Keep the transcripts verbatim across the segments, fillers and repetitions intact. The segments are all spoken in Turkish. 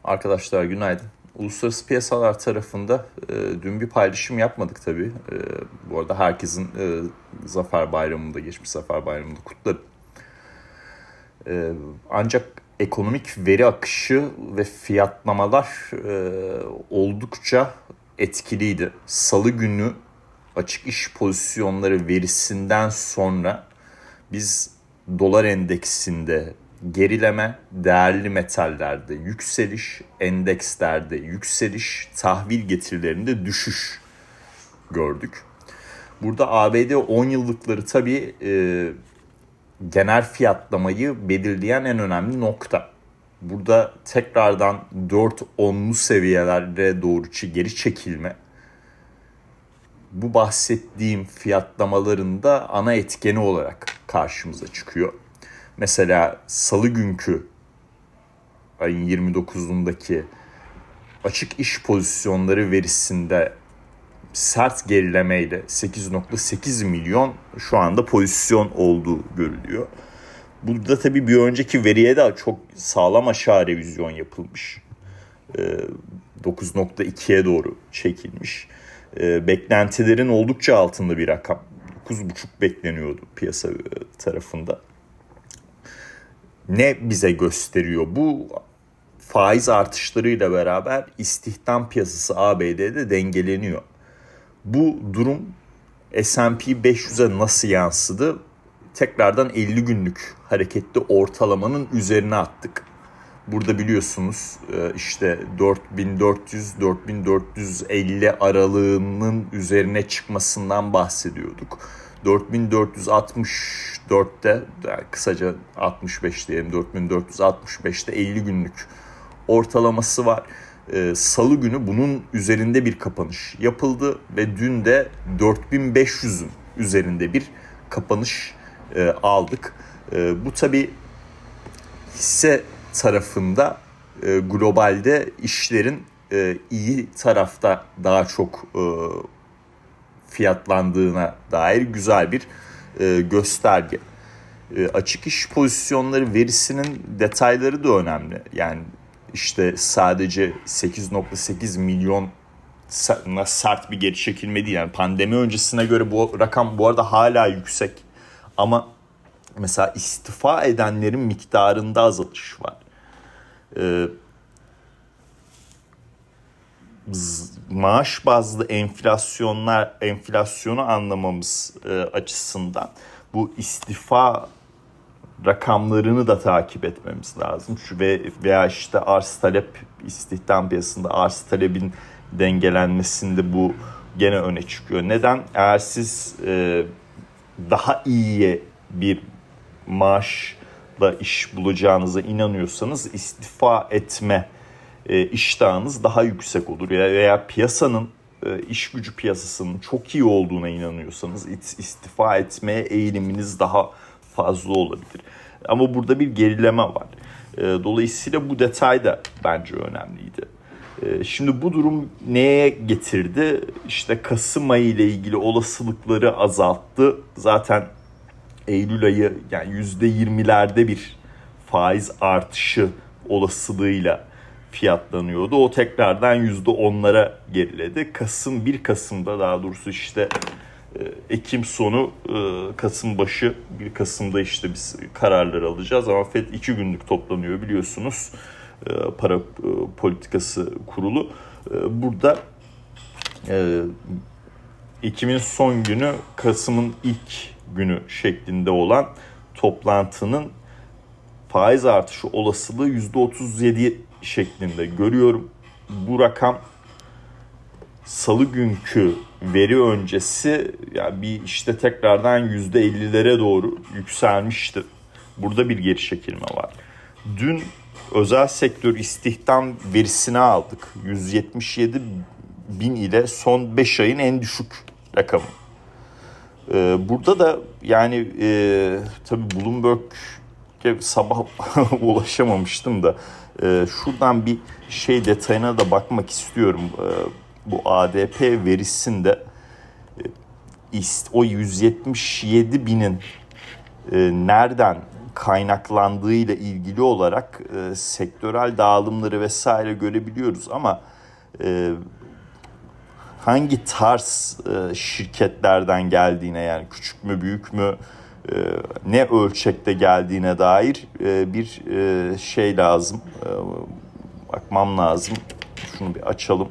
Arkadaşlar günaydın. Uluslararası piyasalar tarafında e, dün bir paylaşım yapmadık tabii. E, bu arada herkesin e, Zafer Bayramı'nda, geçmiş Zafer Bayramı'nda kutlarım. E, ancak ekonomik veri akışı ve fiyatlamalar e, oldukça etkiliydi. Salı günü açık iş pozisyonları verisinden sonra biz dolar endeksinde gerileme, değerli metallerde yükseliş, endekslerde yükseliş, tahvil getirilerinde düşüş gördük. Burada A B D on yıllıkları tabii e, genel fiyatlamayı belirleyen en önemli nokta. Burada tekrardan dört onlu seviyelere doğru geri çekilme, bu bahsettiğim fiyatlamaların da ana etkeni olarak karşımıza çıkıyor. Mesela salı günkü ayın yirmi dokuzundaki açık iş pozisyonları verisinde sert gerilemeyle sekiz virgül sekiz milyon şu anda pozisyon olduğu görülüyor. Burada tabii bir önceki veriye de çok sağlam aşağı revizyon yapılmış. dokuz virgül ikiye doğru çekilmiş. Beklentilerin oldukça altında bir rakam. dokuz virgül beş bekleniyordu piyasa tarafında. Ne bize gösteriyor? Bu faiz artışlarıyla beraber istihdam piyasası A B D'de dengeleniyor. Bu durum S and P beş yüze nasıl yansıdı? Tekrardan elli günlük hareketli ortalamanın üzerine attık. Burada biliyorsunuz işte dört bin dört yüz dört bin dört yüz elli aralığının üzerine çıkmasından bahsediyorduk. dört bin dört yüz altmış dörtte yani kısaca altmış beş diyelim, dört bin dört yüz altmış beşte elli günlük ortalaması var. Salı günü bunun üzerinde bir kapanış yapıldı ve dün de dört bin beş yüzün üzerinde bir kapanış aldık. Bu tabii hisse tarafında e, globalde işlerin e, iyi tarafta daha çok e, fiyatlandığına dair güzel bir e, gösterge. E, açık iş pozisyonları verisinin detayları da önemli. Yani işte sadece sekiz virgül sekiz milyon sert bir geri çekilme değil. Yani pandemi öncesine göre bu rakam bu arada hala yüksek. Ama mesela istifa edenlerin miktarında azalış var. Ee, maaş bazlı enflasyonlar enflasyonu anlamamız e, açısından bu istifa rakamlarını da takip etmemiz lazım. Şu ve veya işte arz talep, istihdam piyasasında arz talebin dengelenmesinde bu gene öne çıkıyor. Neden? Eğer siz e, daha iyiye bir maaşla iş bulacağınıza inanıyorsanız istifa etme e, iştahınız daha yüksek olur. Veya piyasanın, e, iş gücü piyasasının çok iyi olduğuna inanıyorsanız istifa etmeye eğiliminiz daha fazla olabilir. Ama burada bir gerileme var. E, dolayısıyla bu detay da bence önemliydi. E, şimdi bu durum neye getirdi? İşte Kasım ayı ile ilgili olasılıkları azalttı. Zaten Eylül ayı yani yüzde yirmilerde bir faiz artışı olasılığıyla fiyatlanıyordu. O tekrardan yüzde onlara geriledi. Kasım bir Kasım'da daha doğrusu işte Ekim sonu Kasım başı bir Kasım'da işte biz kararlar alacağız. Ama Fed iki günlük toplanıyor biliyorsunuz. Para politikası kurulu. Burada Ekim'in son günü Kasım'ın ilk günü şeklinde olan toplantının faiz artışı olasılığı yüzde otuz yedi şeklinde görüyorum. Bu rakam salı günkü veri öncesi yani bir işte tekrardan yüzde ellilere doğru yükselmişti. Burada bir geri çekilme var. Dün özel sektör istihdam verisini aldık. yüz yetmiş yedi bin ile son beş ayın en düşük rakamı. Ee, burada da yani e, tabii Bloomberg'e sabah ulaşamamıştım da e, şuradan bir şey detayına da bakmak istiyorum. E, bu A D P verisinde e, o yüz yetmiş yedi binin e, nereden kaynaklandığıyla ilgili olarak e, sektörel dağılımları vesaire görebiliyoruz ama e, hangi tarz e, şirketlerden geldiğine, yani küçük mü büyük mü e, ne ölçekte geldiğine dair e, bir e, şey lazım. E, bakmam lazım. Şunu bir açalım.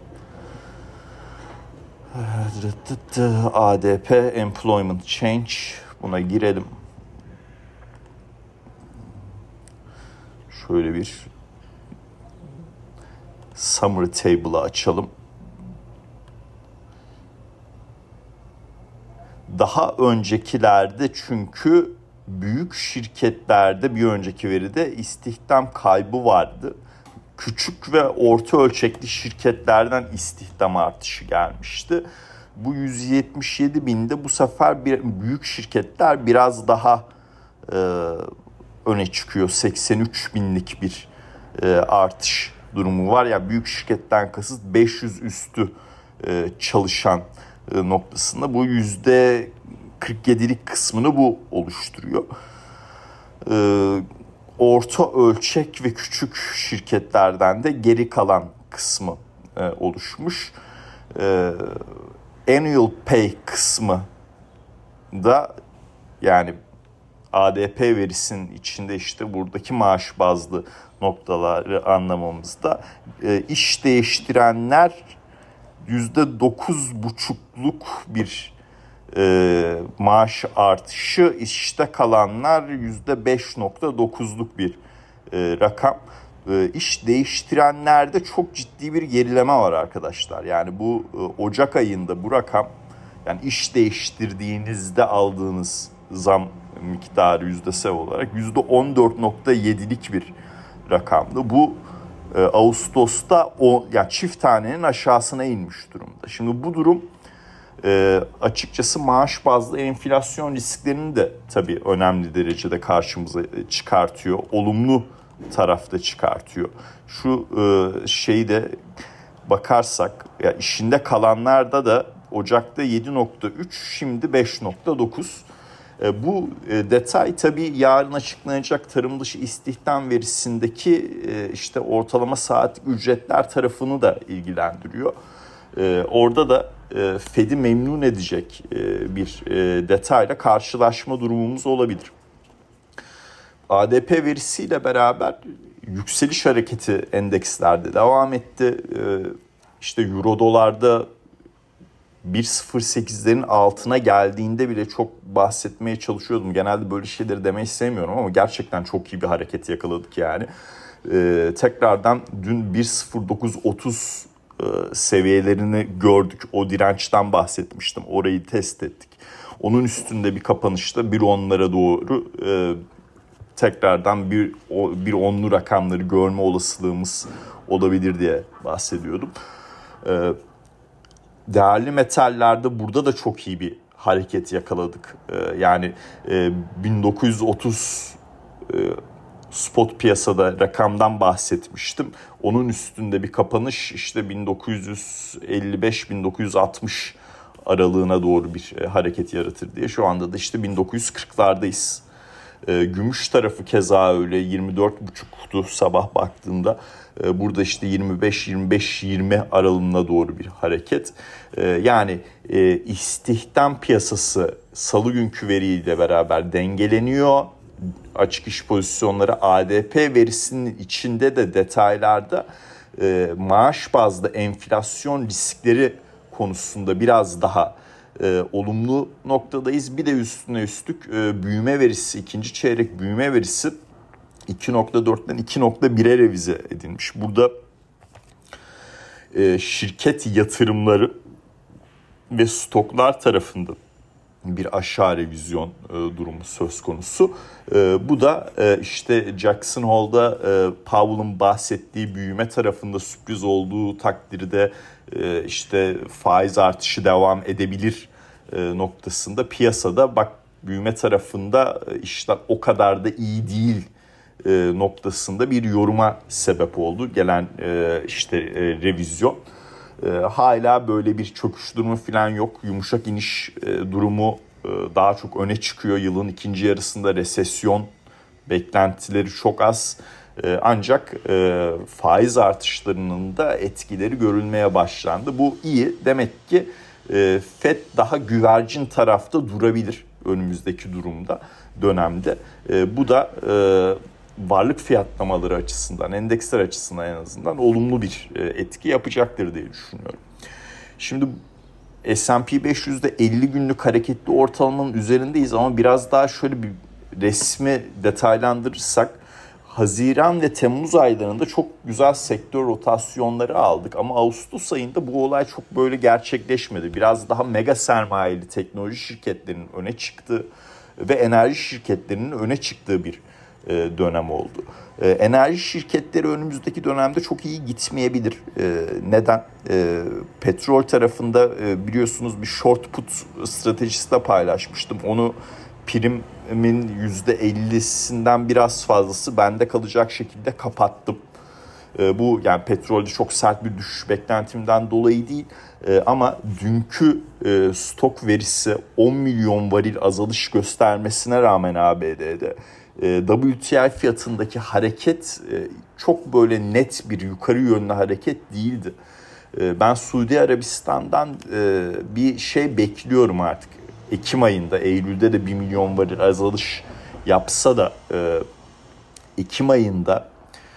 A D P Employment Change, buna girelim. Şöyle bir summary table'ı açalım. Daha öncekilerde çünkü büyük şirketlerde bir önceki veride istihdam kaybı vardı. Küçük ve orta ölçekli şirketlerden istihdam artışı gelmişti. Bu yüz yetmiş yedi binde bu sefer bir, büyük şirketler biraz daha e, öne çıkıyor. seksen üç binlik bir e, artış durumu var. Yani büyük şirketten kasıt beş yüz üstü e, çalışan e, noktasında bu yüzde kırk yedilik kısmını bu oluşturuyor. E, orta ölçek ve küçük şirketlerden de geri kalan kısmı e, oluşmuş. E, annual pay kısmı da, yani A D P verisinin içinde işte buradaki maaş bazlı noktaları anlamamızda e, iş değiştirenler yüzde dokuz buçukluk bir e, maaş artışı, işte kalanlar yüzde beş nokta dokuzluk bir e, rakam. E, iş değiştirenlerde çok ciddi bir gerileme var arkadaşlar. Yani bu e, Ocak ayında bu rakam, yani iş değiştirdiğinizde aldığınız zam miktarı yüzdesel olarak yüzde on dört nokta yedilik bir rakamdı. Bu e, Ağustos'ta o, yani çift tanenin aşağısına inmiş durumda. Şimdi bu durum e, açıkçası maaş bazlı enflasyon risklerini de tabii önemli derecede karşımıza çıkartıyor. Olumlu tarafta çıkartıyor. Şu e, şeyi de bakarsak, ya işinde kalanlarda da Ocak'ta yedi nokta üç, şimdi beş nokta dokuz. E, bu e, detay tabii yarın açıklanacak tarım dışı istihdam verisindeki e, işte ortalama saat ücretler tarafını da ilgilendiriyor. E, orada da e, Fed'i memnun edecek e, bir e, detayla karşılaşma durumumuz olabilir. A D P verisiyle beraber yükseliş hareketi endekslerde devam etti. E, işte Euro dolarda bir nokta sıfır sekizlerin altına geldiğinde bile çok bahsetmeye çalışıyordum. Genelde böyle şeyleri demeyi sevmiyorum ama gerçekten çok iyi bir hareket yakaladık yani. Ee, tekrardan dün bir nokta sıfır dokuz otuz e, seviyelerini gördük. O dirençten bahsetmiştim. Orayı test ettik. Onun üstünde bir kapanışta bir onlara doğru e, tekrardan bir, bir onlu rakamları görme olasılığımız olabilir diye bahsediyordum. Evet. Değerli metallerde burada da çok iyi bir hareket yakaladık. Ee, yani e, bin dokuz yüz otuz e, spot piyasada rakamdan bahsetmiştim. Onun üstünde bir kapanış işte bin dokuz yüz elli beş bin dokuz yüz altmış aralığına doğru bir e, hareket yaratır diye. Şu anda da işte bin dokuz yüz kırklardayız. E, gümüş tarafı keza öyle yirmi dört buçuktu sabah baktığımda. E, burada işte yirmi beş yirmi beş yirmi aralığına doğru bir hareket. E, yani e, istihdam piyasası salı günkü veriyle beraber dengeleniyor. Açık iş pozisyonları A D P verisinin içinde de detaylarda e, maaş bazlı enflasyon riskleri konusunda biraz daha e, olumlu noktadayız. Bir de üstüne üstlük e, büyüme verisi, ikinci çeyrek büyüme verisi iki nokta dörtten iki nokta bire revize edilmiş. Burada e, şirket yatırımları ve stoklar tarafında bir aşağı revizyon e, durumu söz konusu. E, bu da e, işte Jackson Hole'da e, Powell'ın bahsettiği büyüme tarafında sürpriz olduğu takdirde e, işte faiz artışı devam edebilir e, noktasında piyasada bak büyüme tarafında e, işler o kadar da iyi değil e, noktasında bir yoruma sebep oldu gelen e, işte e, revizyon. E, hala böyle bir çöküş durumu falan yok. Yumuşak iniş e, durumu e, daha çok öne çıkıyor. Yılın ikinci yarısında resesyon Beklentileri çok az. E, ancak e, faiz artışlarının da etkileri görülmeye başlandı. Bu iyi. Demek ki e, Fed daha güvercin tarafta durabilir önümüzdeki durumda, dönemde. E, bu da e, varlık fiyatlamaları açısından, endeksler açısından en azından olumlu bir e, etki yapacaktır diye düşünüyorum. Şimdi S and P beş yüzde elli günlük hareketli ortalamanın üzerindeyiz ama biraz daha şöyle bir resmi detaylandırırsak, Haziran ve Temmuz aylarında çok güzel sektör rotasyonları aldık ama Ağustos ayında bu olay çok böyle gerçekleşmedi. Biraz daha mega sermayeli teknoloji şirketlerinin öne çıktığı ve enerji şirketlerinin öne çıktığı bir dönem oldu. Enerji şirketleri önümüzdeki dönemde çok iyi gitmeyebilir. Neden? Petrol tarafında biliyorsunuz bir short put stratejisi de paylaşmıştım. Onu primin yüzde ellisinden biraz fazlası bende kalacak şekilde kapattım. Bu yani petrolde çok sert bir düşüş beklentimden dolayı değil. Ama dünkü stok verisi on milyon varil azalış göstermesine rağmen A B D'de W T I fiyatındaki hareket çok böyle net bir yukarı yönlü hareket değildi. Ben Suudi Arabistan'dan bir şey bekliyorum artık. Ekim ayında, Eylül'de de bir milyon varil azalış yapsa da Ekim ayında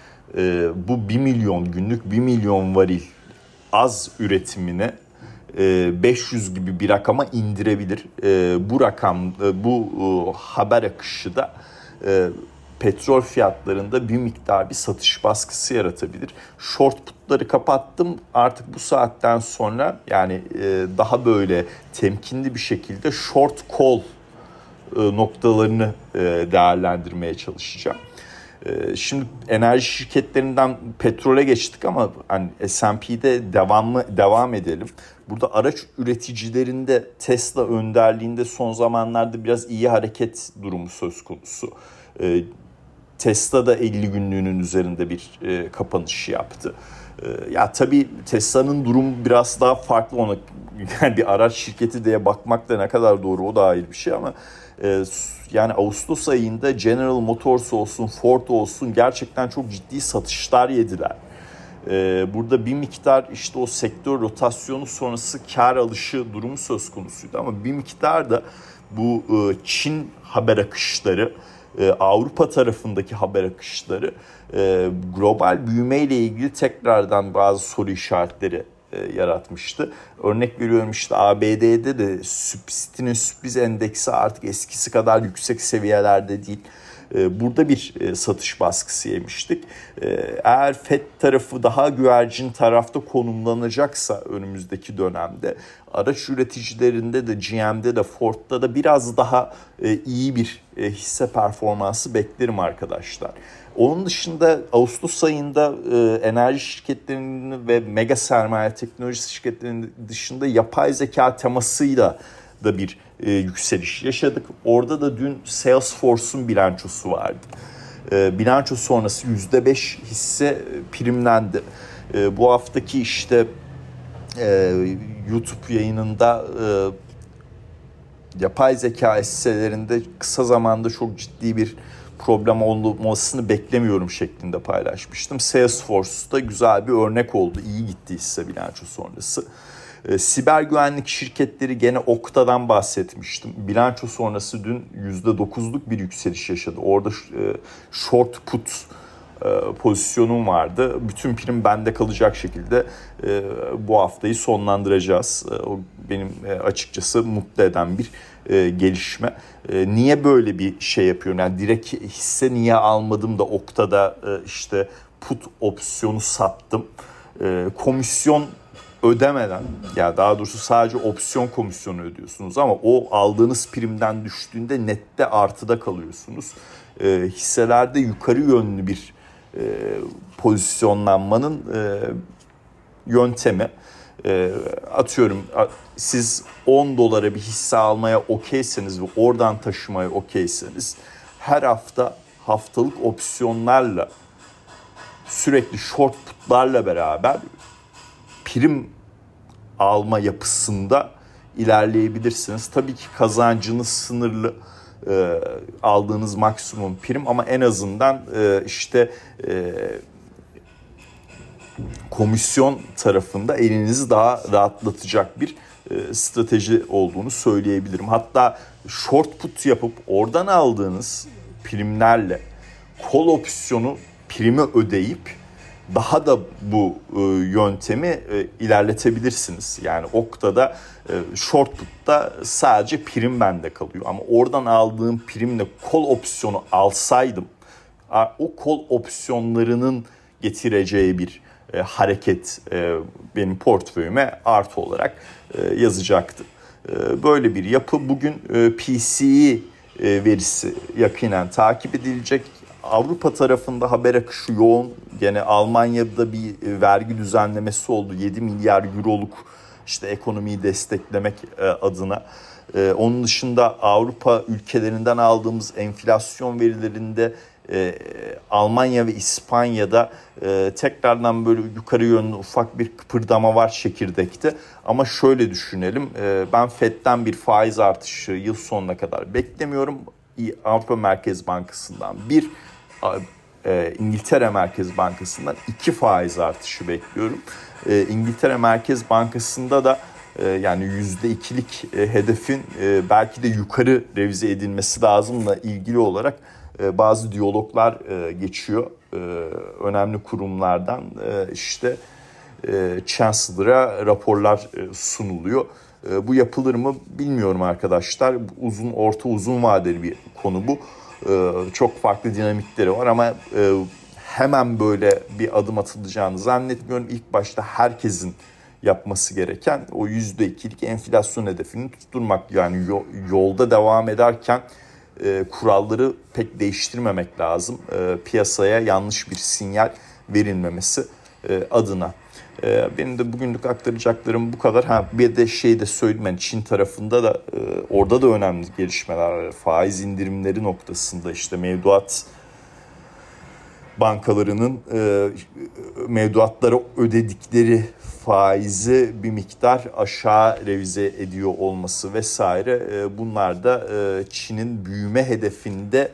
bu bir milyon günlük bir milyon varil az üretimini beş yüz gibi bir rakama indirebilir. Bu rakam, bu haber akışı da petrol fiyatlarında bir miktar bir satış baskısı yaratabilir. Short putları kapattım. Artık bu saatten sonra yani daha böyle temkinli bir şekilde short call noktalarını değerlendirmeye çalışacağım. Şimdi enerji şirketlerinden petrole geçtik ama hani S and P'de devamlı devam edelim. Burada araç üreticilerinde Tesla önderliğinde son zamanlarda biraz iyi hareket durumu söz konusu. Tesla da elli günlüğünün üzerinde bir e, kapanış yaptı. E, ya tabii Tesla'nın durumu biraz daha farklı, ona yani bir araç şirketi diye bakmak da ne kadar doğru, o da ayrı bir şey ama e, yani Ağustos ayında General Motors olsun, Ford olsun gerçekten çok ciddi satışlar yediler. E, burada bir miktar işte o sektör rotasyonu sonrası kar alışı durumu söz konusuydu ama bir miktar da bu e, Çin haber akışları, Avrupa tarafındaki haber akışları global büyümeyle ilgili tekrardan bazı soru işaretleri yaratmıştı. Örnek veriyorum, işte A B D'de de City'nin sürpriz endeksi artık eskisi kadar yüksek seviyelerde değil. Burada bir satış baskısı yemiştik. Eğer Fed tarafı daha güvercin tarafta konumlanacaksa önümüzdeki dönemde araç üreticilerinde de G M'de de Ford'da da biraz daha iyi bir hisse performansı beklerim arkadaşlar. Onun dışında Ağustos ayında enerji şirketlerinin ve mega sermaye teknoloji şirketlerinin dışında yapay zeka temasıyla da bir e, yükseliş yaşadık. Orada da dün Salesforce'un bilançosu vardı. E, bilanço sonrası yüzde beş hisse primlendi. E, bu haftaki işte e, YouTube yayınında e, yapay zeka hisselerinde kısa zamanda çok ciddi bir problem olmasını beklemiyorum şeklinde paylaşmıştım. Salesforce'da güzel bir örnek oldu. İyi gitti hisse bilanço sonrası. E, siber güvenlik şirketleri, gene Okta'dan bahsetmiştim. Bilanço sonrası dün yüzde dokuzluk bir yükseliş yaşadı. Orada e, short put e, pozisyonum vardı. Bütün prim bende kalacak şekilde e, bu haftayı sonlandıracağız. E, o benim e, açıkçası mutlu eden bir e, gelişme. E, niye böyle bir şey yapıyorum? Yani direkt hisse niye almadım da Okta'da e, işte put opsiyonu sattım. E, komisyon ödemeden, yani daha doğrusu sadece opsiyon komisyonu ödüyorsunuz ama o aldığınız primden düştüğünde nette artıda kalıyorsunuz. E, hisselerde yukarı yönlü bir e, pozisyonlanmanın e, yöntemi. E, atıyorum siz on dolara bir hisse almaya okeyseniz ve oradan taşımaya okeyseniz her hafta haftalık opsiyonlarla, sürekli short putlarla beraber prim alma yapısında ilerleyebilirsiniz. Tabii ki kazancınız sınırlı. e, aldığınız maksimum prim ama en azından e, işte e, komisyon tarafında elinizi daha rahatlatacak bir e, strateji olduğunu söyleyebilirim. Hatta short put yapıp oradan aldığınız primlerle call opsiyonu primi ödeyip daha da bu e, yöntemi e, ilerletebilirsiniz. Yani Okta'da e, short put'ta sadece prim bende kalıyor. Ama oradan aldığım primle call opsiyonu alsaydım o call opsiyonlarının getireceği bir e, hareket e, benim portföyüme artı olarak e, yazacaktı. E, böyle bir yapı. Bugün e, P C E e, verisi yakinen takip edilecek. Avrupa tarafında haber akışı yoğun. Gene Almanya'da bir vergi düzenlemesi oldu. yedi milyar euroluk işte ekonomiyi desteklemek adına. Onun dışında Avrupa ülkelerinden aldığımız enflasyon verilerinde Almanya ve İspanya'da tekrardan böyle yukarı yönlü ufak bir kıpırdama var çekirdekte. Ama şöyle düşünelim. Ben Fed'den bir faiz artışı yıl sonuna kadar beklemiyorum. Avrupa Merkez Bankası'ndan bir, İngiltere Merkez Bankası'ndan iki faiz artışı bekliyorum. İngiltere Merkez Bankası'nda da yani yüzde ikilik hedefin belki de yukarı revize edilmesi lazımla ilgili olarak bazı diyaloglar geçiyor. Önemli kurumlardan işte Chancellor'a raporlar sunuluyor. Bu yapılır mı bilmiyorum arkadaşlar. Uzun, orta uzun vadeli bir konu bu. Çok farklı dinamikleri var ama hemen böyle bir adım atılacağını zannetmiyorum. İlk başta herkesin yapması gereken o yüzde ikilik enflasyon hedefini tutturmak. Yani yolda devam ederken kuralları pek değiştirmemek lazım. Piyasaya yanlış bir sinyal verilmemesi adına. Benim de bugünlük aktaracaklarım bu kadar. Ha, bir de şey de söyleyeyim, yani Çin tarafında da orada da önemli gelişmeler var. Faiz indirimleri noktasında işte mevduat bankalarının mevduatlara ödedikleri faizi bir miktar aşağı revize ediyor olması vesaire. Bunlar da Çin'in büyüme hedefinde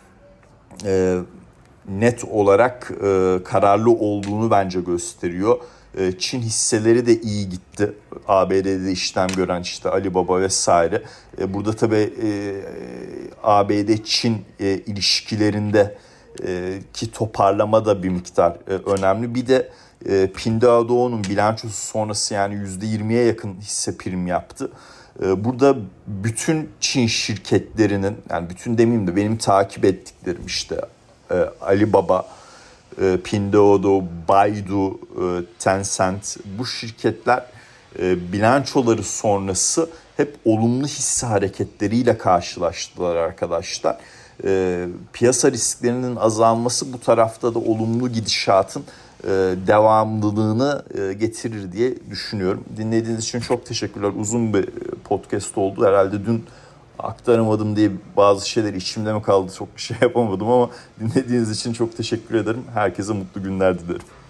net olarak kararlı olduğunu bence gösteriyor. Çin hisseleri de iyi gitti. A B D'de işlem gören işte Alibaba vesaire. Burada tabii A B D-Çin ilişkilerinde ki toparlama da bir miktar önemli. Bir de Pinduoduo'nun bilançosu sonrası yani yüzde yirmiye yakın hisse prim yaptı. Burada bütün Çin şirketlerinin, yani bütün demeyeyim de benim takip ettiklerim işte Alibaba, Pinduoduo, Baidu, Tencent, bu şirketler bilançoları sonrası hep olumlu hisse hareketleriyle karşılaştılar arkadaşlar. Piyasa risklerinin azalması bu tarafta da olumlu gidişatın devamlılığını getirir diye düşünüyorum. Dinlediğiniz için çok teşekkürler. Uzun bir podcast oldu. Herhalde dün aktaramadım diye bazı şeyler içimde mi kaldı, çok bir şey yapamadım ama dinlediğiniz için çok teşekkür ederim. Herkese mutlu günler dilerim.